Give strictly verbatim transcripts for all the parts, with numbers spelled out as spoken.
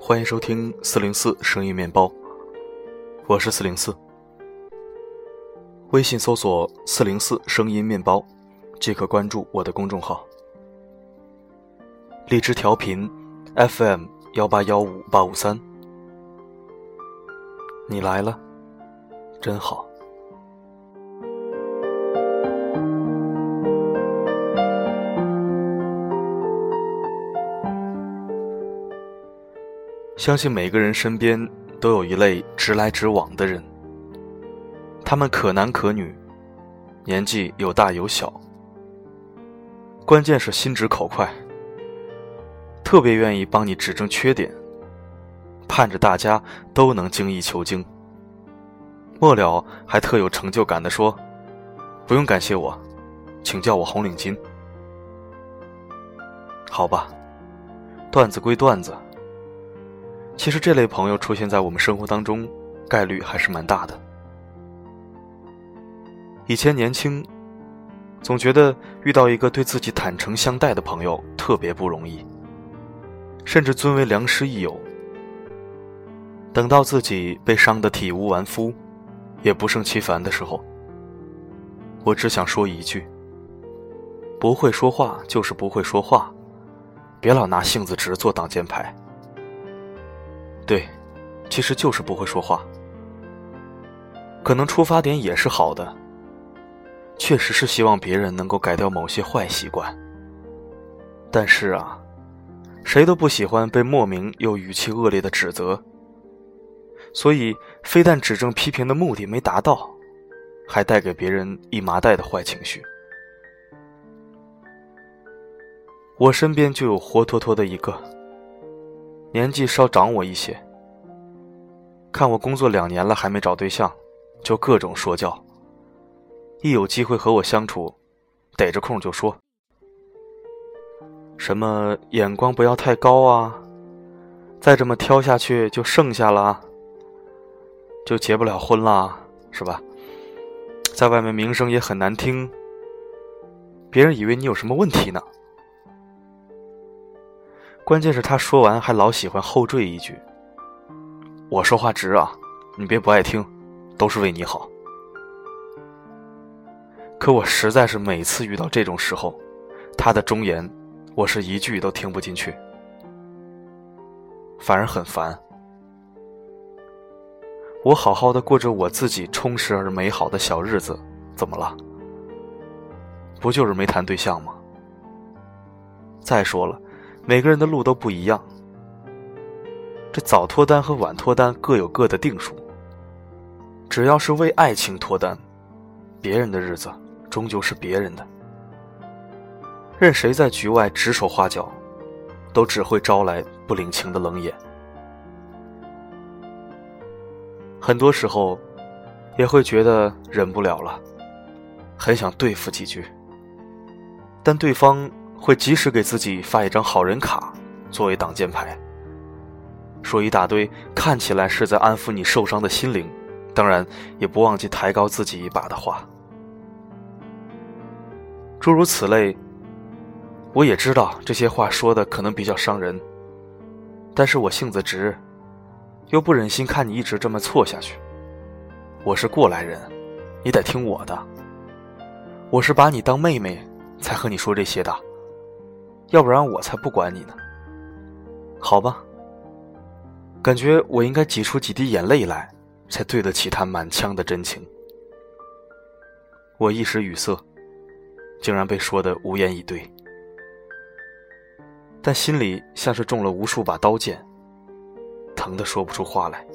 欢迎收听四零四声音面包，我是四零四。微信搜索四零四声音面包即可关注我的公众号。荔枝调频 F M 一八一五八五三，你来了，真好。相信每个人身边都有一类直来直往的人，他们可男可女，年纪有大有小，关键是心直口快，特别愿意帮你指正缺点，盼着大家都能精益求精，末了还特有成就感地说，不用感谢我，请叫我红领巾。好吧，段子归段子，其实这类朋友出现在我们生活当中概率还是蛮大的。以前年轻，总觉得遇到一个对自己坦诚相待的朋友特别不容易，甚至尊为良师益友。等到自己被伤得体无完肤，也不胜其烦的时候，我只想说一句，不会说话就是不会说话，别老拿性子直做挡箭牌。对，其实就是不会说话。可能出发点也是好的，确实是希望别人能够改掉某些坏习惯。但是啊，谁都不喜欢被莫名又语气恶劣的指责，所以非但指正批评的目的没达到，还带给别人一麻袋的坏情绪。我身边就有活脱脱的一个，年纪稍长我一些，看我工作两年了还没找对象，就各种说教，一有机会和我相处，逮着空就说什么眼光不要太高啊，再这么挑下去就剩下了，就结不了婚了，是吧？在外面名声也很难听，别人以为你有什么问题呢。关键是他说完还老喜欢后缀一句，我说话直啊，你别不爱听，都是为你好。可我实在是每次遇到这种时候，他的忠言我是一句都听不进去，反而很烦。我好好的过着我自己充实而美好的小日子，怎么了？不就是没谈对象吗？再说了，每个人的路都不一样，这早脱单和晚脱单各有各的定数，只要是为爱情脱单，别人的日子终究是别人的。任谁在局外指手画脚，都只会招来不领情的冷眼。很多时候也会觉得忍不了了，很想对付几句，但对方会及时给自己发一张好人卡作为挡箭牌，说一大堆看起来是在安抚你受伤的心灵，当然也不忘记抬高自己一把的话。诸如此类，我也知道这些话说的可能比较伤人，但是我性子直，又不忍心看你一直这么错下去。我是过来人，你得听我的，我是把你当妹妹才和你说这些的，要不然我才不管你呢。好吧，感觉我应该挤出几滴眼泪来，才对得起他满腔的真情。我一时语塞，竟然被说得无言以对，但心里像是中了无数把刀剑，疼得说不出话来。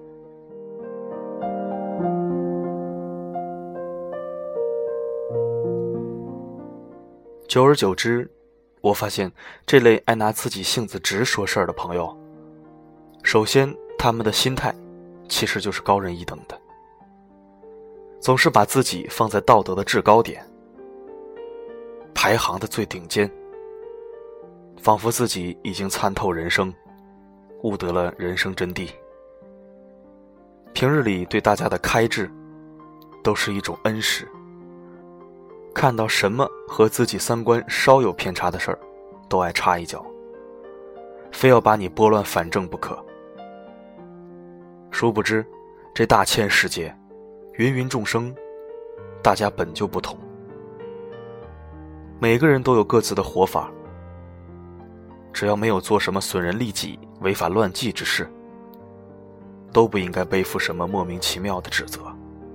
久而久之，我发现这类爱拿自己性子直说事儿的朋友，首先他们的心态其实就是高人一等的，总是把自己放在道德的制高点，排行的最顶尖，仿佛自己已经参透人生，悟得了人生真谛。平日里对大家的开智都是一种恩师，看到什么和自己三观稍有偏差的事儿，都爱插一脚，非要把你拨乱反正不可。 殊不知，这大千世界，芸芸众生，大家本就不同，每个人都有各自的活法，只要没有做什么损人利己、违法乱纪之事，都不应该背负什么莫名其妙的指责。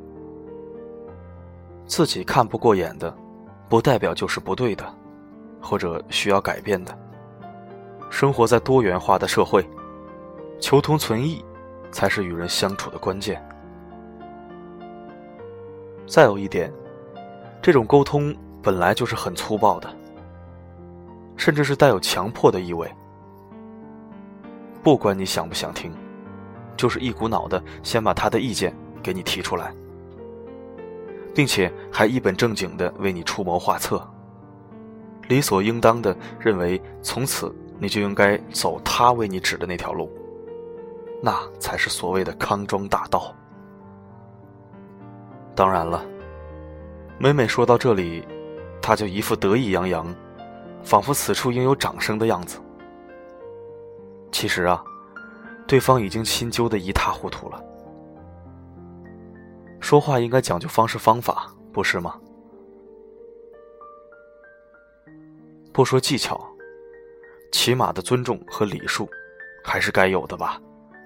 自己看不过眼的，不代表就是不对的，或者需要改变的。生活在多元化的社会，求同存异才是与人相处的关键。再有一点，这种沟通本来就是很粗暴的，甚至是带有强迫的意味。不管你想不想听，就是一股脑的先把他的意见给你提出来，并且还一本正经的为你出谋划策，理所应当的认为从此你就应该走他为你指的那条路，那才是所谓的康庄大道。当然了，每每说到这里，他就一副得意洋洋，仿佛此处应有掌声的样子。其实啊，对方已经心揪得一塌糊涂了。说话应该讲究方式方法，不是吗？不说技巧，起码的尊重和礼数还是该有的吧。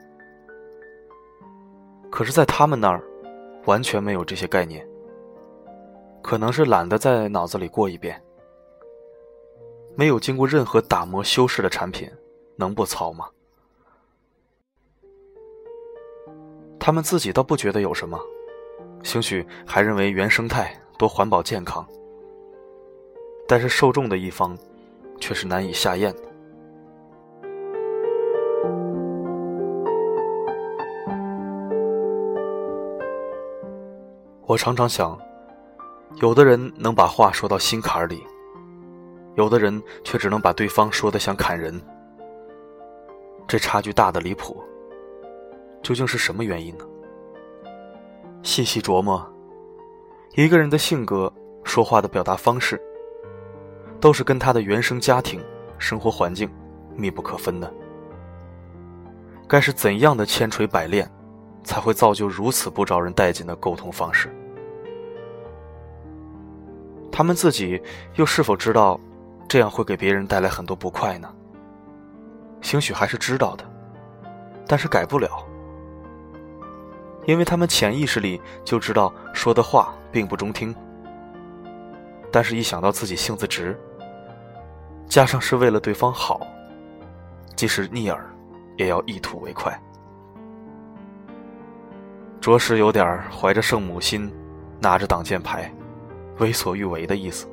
可是在他们那儿完全没有这些概念，可能是懒得在脑子里过一遍。没有经过任何打磨修饰的产品能不糙吗？他们自己倒不觉得有什么，兴许还认为原生态多环保健康，但是受众的一方却是难以下咽的。我常常想，有的人能把话说到心坎里，有的人却只能把对方说得像砍人，这差距大得离谱，究竟是什么原因呢？细细琢磨，一个人的性格、说话的表达方式，都是跟他的原生家庭、生活环境密不可分的。该是怎样的千锤百炼，才会造就如此不招人待见的沟通方式？他们自己又是否知道这样会给别人带来很多不快呢？兴许还是知道的，但是改不了，因为他们潜意识里就知道说的话并不中听，但是一想到自己性子直，加上是为了对方好，即使逆耳也要一吐为快，着实有点怀着圣母心，拿着挡箭牌，为所欲为的意思。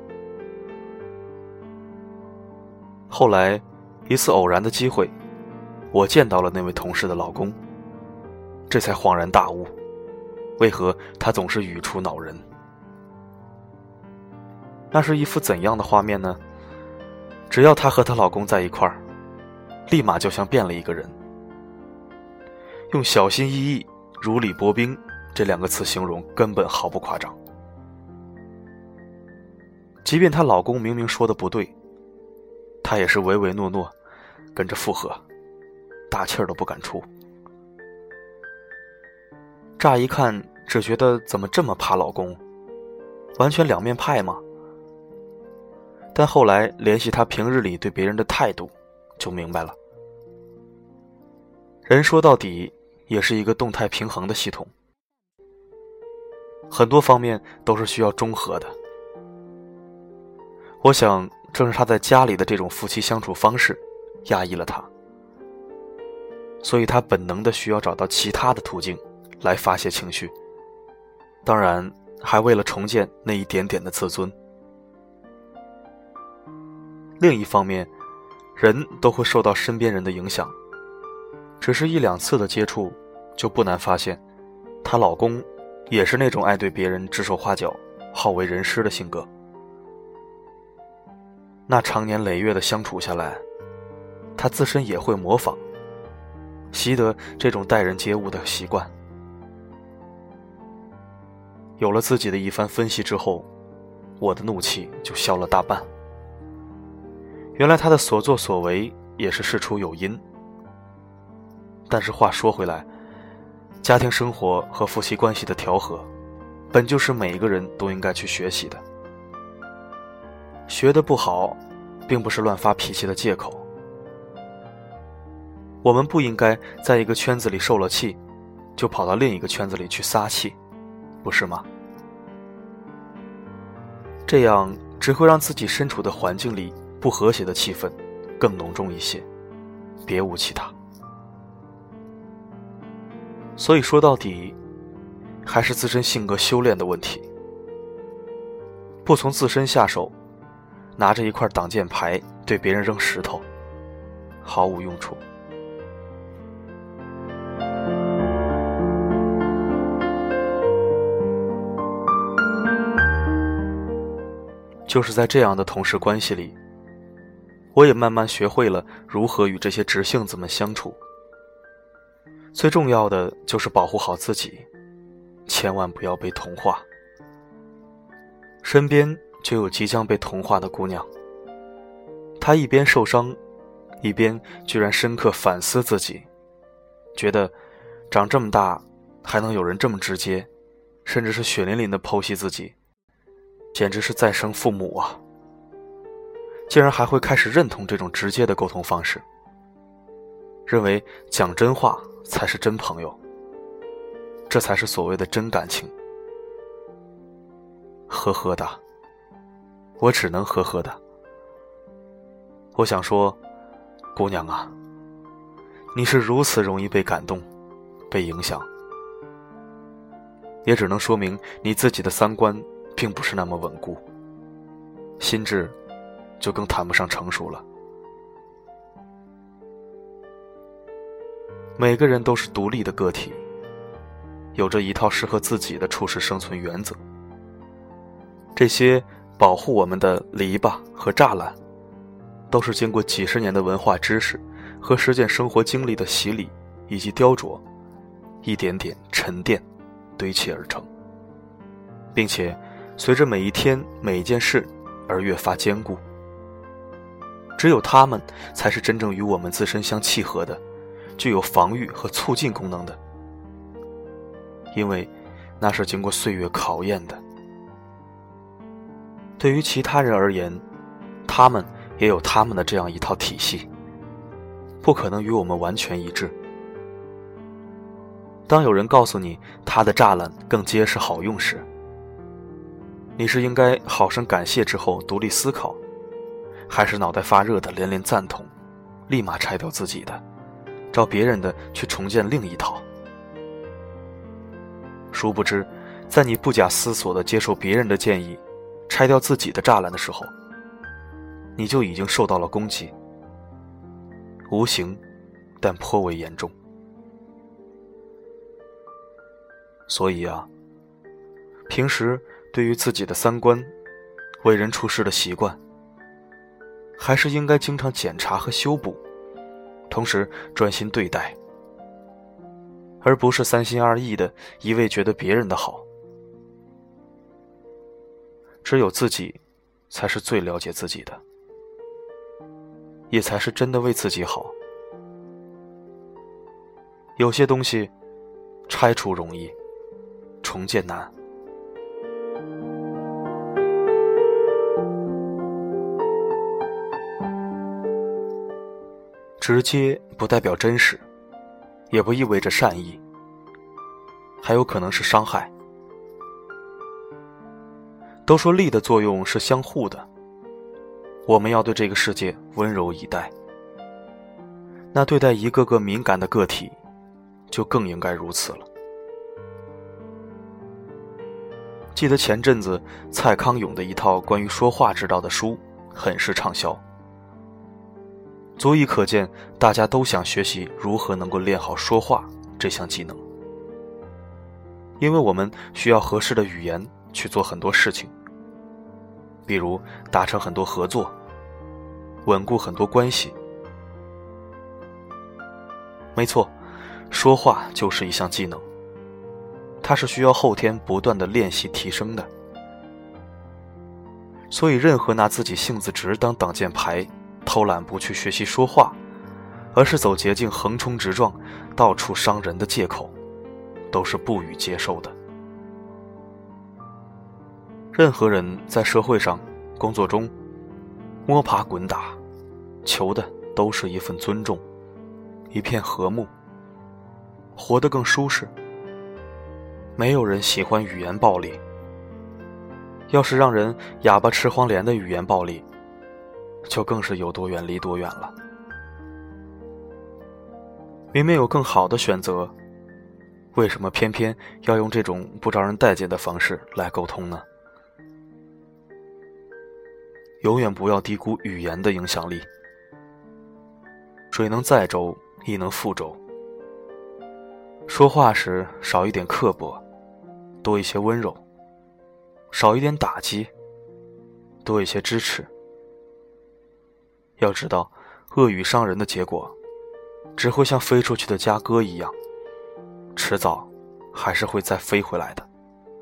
后来一次偶然的机会，我见到了那位同事的老公，这才恍然大悟，为何他总是语出恼人。那是一幅怎样的画面呢？只要她和她老公在一块儿，立马就像变了一个人。用小心翼翼、如履薄冰这两个词形容根本毫不夸张。即便她老公明明说的不对，她也是唯唯诺诺跟着附和，大气儿都不敢出。乍一看只觉得怎么这么怕老公，完全两面派吗？但后来联系她平日里对别人的态度，就明白了。人说到底也是一个动态平衡的系统，很多方面都是需要中和的。我想正是她在家里的这种夫妻相处方式压抑了她，所以她本能的需要找到其他的途径来发泄情绪，当然还为了重建那一点点的自尊。另一方面，人都会受到身边人的影响，只是一两次的接触，就不难发现，她老公也是那种爱对别人指手画脚、好为人师的性格。那长年累月的相处下来，她自身也会模仿，习得这种待人接物的习惯。有了自己的一番分析之后，我的怒气就消了大半。原来他的所作所为也是事出有因。但是话说回来， 家庭生活和夫妻关系的调和，本就是每一个人都应该去学习的。学得不好，并不是乱发脾气的借口。我们不应该在一个圈子里受了气，就跑到另一个圈子里去撒气，不是吗？这样只会让自己身处的环境里不和谐的气氛更浓重一些，别无其他。所以说到底，还是自身性格修炼的问题。不从自身下手，拿着一块挡箭牌对别人扔石头，毫无用处。就是在这样的同事关系里，我也慢慢学会了如何与这些直性子们相处。最重要的就是保护好自己，千万不要被同化。身边就有即将被同化的姑娘，她一边受伤，一边居然深刻反思自己，觉得长这么大还能有人这么直接，甚至是血淋淋地剖析自己，简直是再生父母啊！竟然还会开始认同这种直接的沟通方式，认为讲真话才是真朋友，这才是所谓的真感情。呵呵的，我只能呵呵的。我想说，姑娘啊，你是如此容易被感动、被影响，也只能说明你自己的三观并不是那么稳固，心智就更谈不上成熟了。每个人都是独立的个体，有着一套适合自己的处世生存原则。这些保护我们的篱笆和栅栏，都是经过几十年的文化知识和实践生活经历的洗礼以及雕琢，一点点沉淀堆砌而成，并且随着每一天每一件事而越发坚固。只有它们才是真正与我们自身相契合的，具有防御和促进功能的，因为那是经过岁月考验的。对于其他人而言，他们也有他们的这样一套体系，不可能与我们完全一致。当有人告诉你他的栅栏更结实好用时，你是应该好生感谢之后独立思考，还是脑袋发热的连连赞同，立马拆掉自己的，照别人的去重建另一套？殊不知，在你不假思索地接受别人的建议，拆掉自己的栅栏的时候，你就已经受到了攻击，无形但颇为严重。所以啊，平时对于自己的三观、为人处事的习惯，还是应该经常检查和修补，同时专心对待，而不是三心二意的一味觉得别人的好。只有自己才是最了解自己的，也才是真的为自己好。有些东西拆除容易，重建难。直接不代表真实，也不意味着善意，还有可能是伤害。都说力的作用是相互的，我们要对这个世界温柔以待，那对待一个个敏感的个体就更应该如此了。记得前阵子蔡康永的一套关于说话之道的书很是畅销，足以可见大家都想学习如何能够练好说话这项技能。因为我们需要合适的语言去做很多事情，比如达成很多合作，稳固很多关系。没错，说话就是一项技能，它是需要后天不断的练习提升的。所以任何拿自己性子直当挡箭牌，偷懒不去学习说话，而是走捷径横冲直撞，到处伤人的借口， 都是不予接受的。任何人在社会上、工作中摸爬滚打，求的都是一份尊重，一片和睦，活得更舒适。没有人喜欢语言暴力，要是让人哑巴吃黄连的语言暴力，就更是有多远离多远了。明明有更好的选择，为什么偏偏要用这种不招人待见的方式来沟通呢？永远不要低估语言的影响力。水能载舟，亦能覆舟。说话时少一点刻薄，多一些温柔；少一点打击，多一些支持。要知道，恶语伤人的结果，只会像飞出去的家鸽一样，迟早还是会再飞回来的。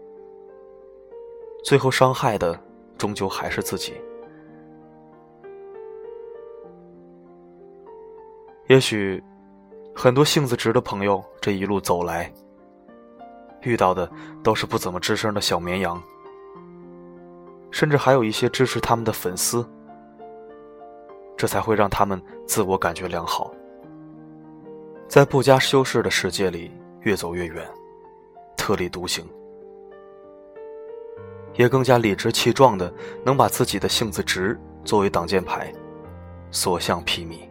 最后伤害的，终究还是自己。也许很多性子直的朋友这一路走来，遇到的都是不怎么吱声的小绵羊，甚至还有一些支持他们的粉丝，这才会让他们自我感觉良好，在不加修饰的世界里越走越远，特立独行，也更加理直气壮的能把自己的性子直作为挡箭牌，所向披靡。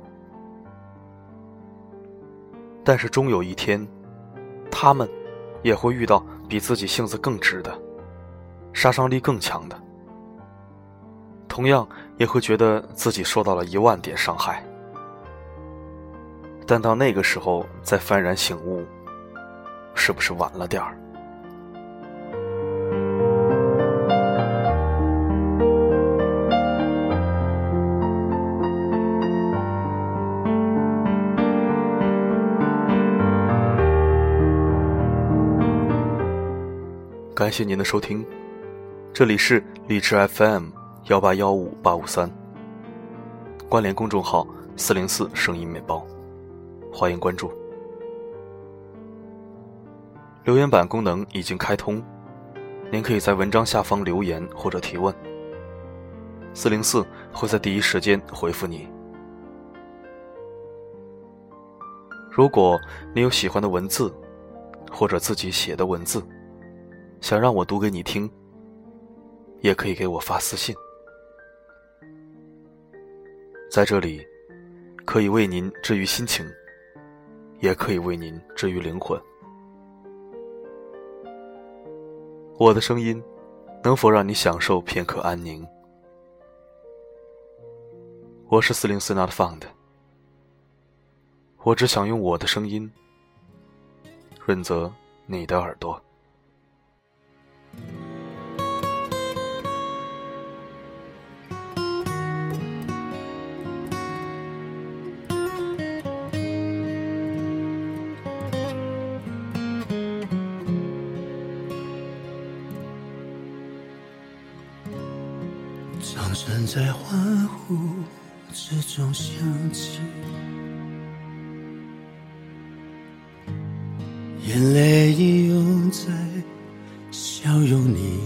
但是终有一天，他们也会遇到比自己性子更直的，杀伤力更强的，同样也会觉得自己受到了一万点伤害。但到那个时候再幡然醒悟，是不是晚了点儿？感谢您的收听，这里是荔枝 F M 一八一五八五三，关联公众号四零四声音面包，欢迎关注。留言板功能已经开通，您可以在文章下方留言或者提问，四零四会在第一时间回复你。如果你有喜欢的文字，或者自己写的文字，想让我读给你听，也可以给我发私信。在这里，可以为您治愈心情，也可以为您治愈灵魂。我的声音能否让你享受片刻安宁？我是四零四 Not Found， 我只想用我的声音润泽你的耳朵。 掌声在欢呼之中响起，眼泪已涌在笑容里，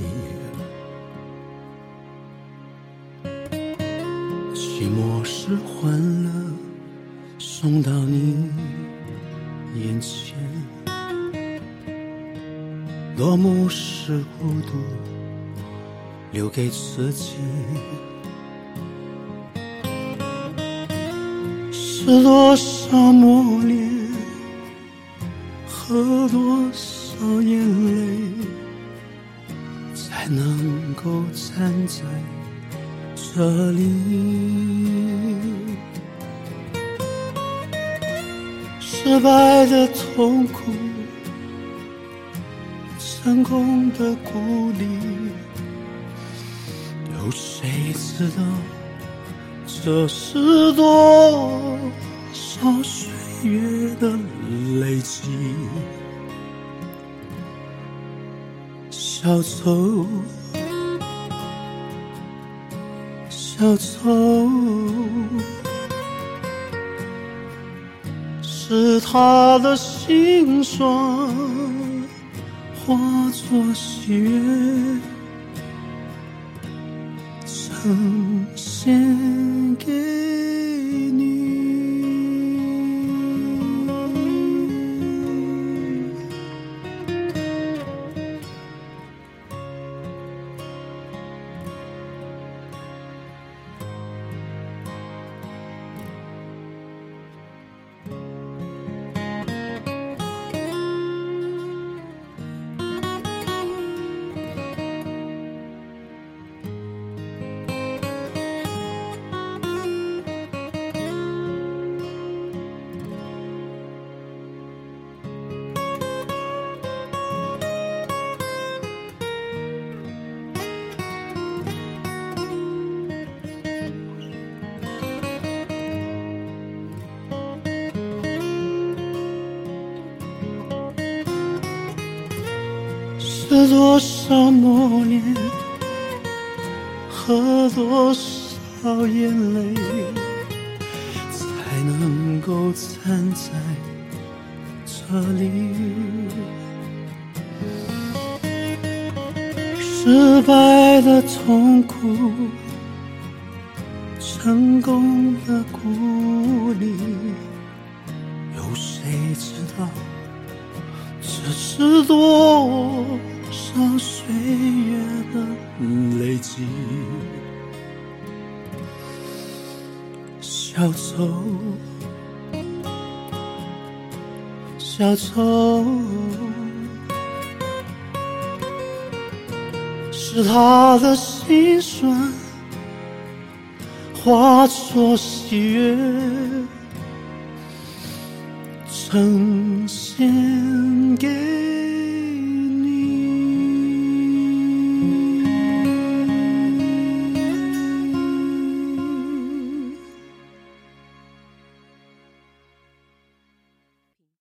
寂寞是欢乐送到你眼前，落幕是孤独留给自己，是多少磨练和多少眼泪，才能够站在这里。失败的痛苦，成功的鼓励，有谁知道这是多少岁月的累积？小丑，小丑，是是他的心酸化作喜悦，呈现给你。是多少磨练和多少眼泪，才能够站在这里。失败的痛苦，成功的鼓励，有谁知道这是多少岁月的累积？小丑，小丑，是他的心酸化作喜悦，呈现给